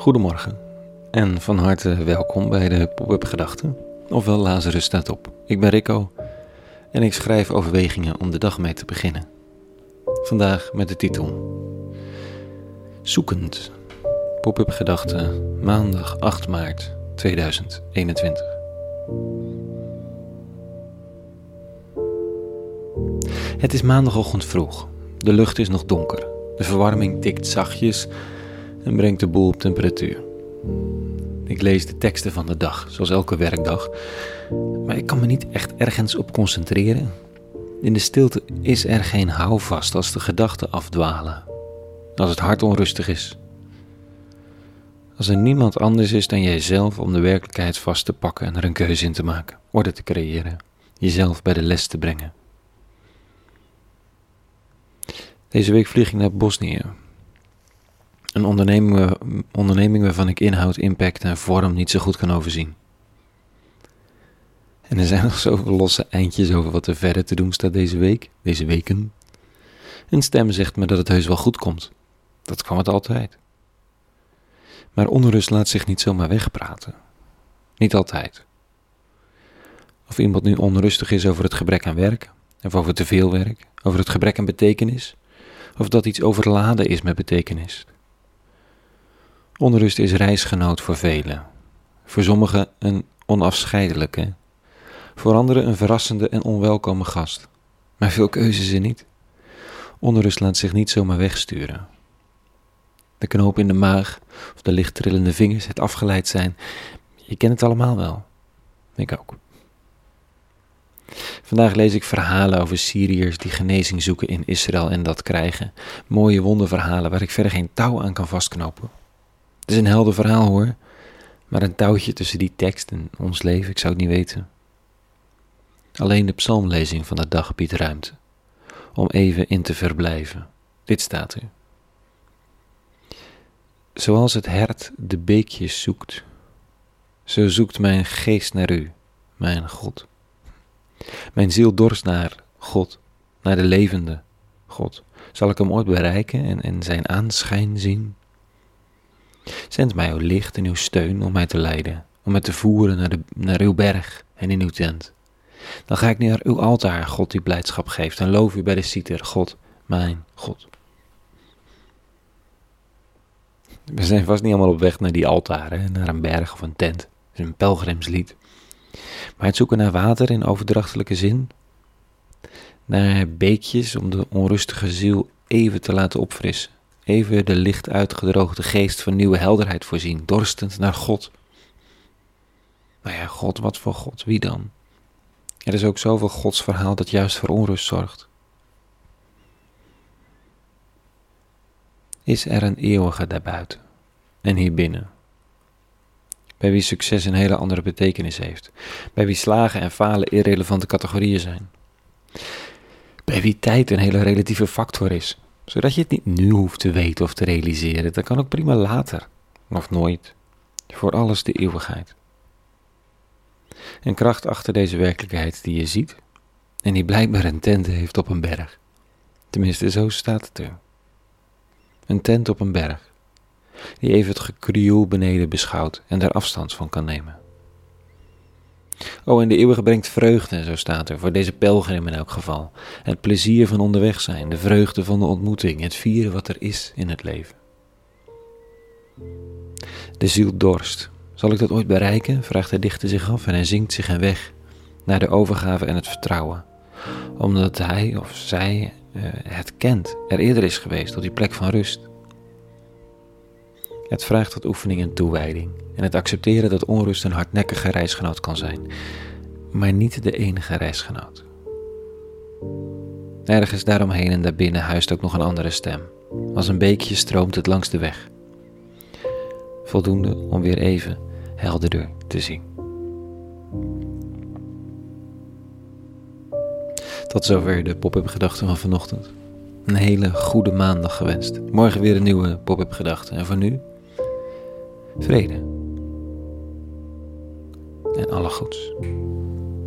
Goedemorgen en van harte welkom bij de Pop-up Gedachten, ofwel Lazarus staat op. Ik ben Rico en ik schrijf overwegingen om de dag mee te beginnen. Vandaag met de titel Zoekend. Pop-up Gedachten, maandag 8 maart 2021. Het is maandagochtend vroeg. De lucht is nog donker. De verwarming tikt zachtjes en brengt de boel op temperatuur. Ik lees de teksten van de dag, zoals elke werkdag, maar ik kan me niet echt ergens op concentreren. In de stilte is er geen houvast als de gedachten afdwalen, als het hart onrustig is. Als er niemand anders is dan jijzelf om de werkelijkheid vast te pakken en er een keuze in te maken, orde te creëren, jezelf bij de les te brengen. Deze week vlieg ik naar Bosnië. Een onderneming waarvan ik inhoud, impact en vorm niet zo goed kan overzien. En er zijn nog zoveel losse eindjes over wat er verder te doen staat deze weken. Een stem zegt me dat het heus wel goed komt. Dat kwam het altijd. Maar onrust laat zich niet zomaar wegpraten. Niet altijd. Of iemand nu onrustig is over het gebrek aan werk, of over te veel werk, over het gebrek aan betekenis, of dat iets overladen is met betekenis. Onrust is reisgenoot voor velen. Voor sommigen een onafscheidelijke, voor anderen een verrassende en onwelkome gast. Maar veel keuze is er niet. Onrust laat zich niet zomaar wegsturen. De knoop in de maag of de licht trillende vingers, het afgeleid zijn, je kent het allemaal wel. Ik ook. Vandaag lees ik verhalen over Syriërs die genezing zoeken in Israël en dat krijgen. Mooie wonderverhalen waar ik verder geen touw aan kan vastknopen. Het is een helder verhaal hoor, maar een touwtje tussen die tekst en ons leven, ik zou het niet weten. Alleen de psalmlezing van de dag biedt ruimte, om even in te verblijven. Dit staat er. Zoals het hert de beekjes zoekt, zo zoekt mijn geest naar u, mijn God. Mijn ziel dorst naar God, naar de levende God. Zal ik hem ooit bereiken en zijn aanschijn zien? Zend mij uw licht en uw steun om mij te leiden, om mij te voeren naar uw berg en in uw tent. Dan ga ik naar uw altaar, God die blijdschap geeft, en loof u bij de citer, God, mijn God. We zijn vast niet allemaal op weg naar die altaren, naar een berg of een tent. Het is een pelgrimslied. Maar het zoeken naar water in overdrachtelijke zin, naar beekjes om de onrustige ziel even te laten opfrissen. Even de licht uitgedroogde geest van nieuwe helderheid voorzien, dorstend naar God. Nou ja, God, wat voor God, wie dan? Er is ook zoveel godsverhaal dat juist voor onrust zorgt. Is er een eeuwige daarbuiten en hier binnen? Bij wie succes een hele andere betekenis heeft. Bij wie slagen en falen irrelevante categorieën zijn. Bij wie tijd een hele relatieve factor is. Zodat je het niet nu hoeft te weten of te realiseren. Dat kan ook prima later. Of nooit. Voor alles de eeuwigheid. Een kracht achter deze werkelijkheid die je ziet. En die blijkbaar een tent heeft op een berg. Tenminste, zo staat het er. Een tent op een berg. Die even het gekrioel beneden beschouwt en daar afstand van kan nemen. En de eeuwige brengt vreugde, zo staat er, voor deze pelgrim in elk geval. Het plezier van onderweg zijn, de vreugde van de ontmoeting, het vieren wat er is in het leven. De ziel dorst. Zal ik dat ooit bereiken? Vraagt de dichter zich af en hij zingt zich een weg naar de overgave en het vertrouwen. Omdat hij of zij het kent, er eerder is geweest op die plek van rust. Het vraagt wat oefening en toewijding en het accepteren dat onrust een hardnekkige reisgenoot kan zijn, maar niet de enige reisgenoot. Ergens daaromheen en daarbinnen huist ook nog een andere stem. Als een beekje stroomt het langs de weg. Voldoende om weer even helderder te zien. Tot zover de pop-up gedachten van vanochtend. Een hele goede maandag gewenst. Morgen weer een nieuwe pop-up gedachte en voor nu vrede en alle goeds.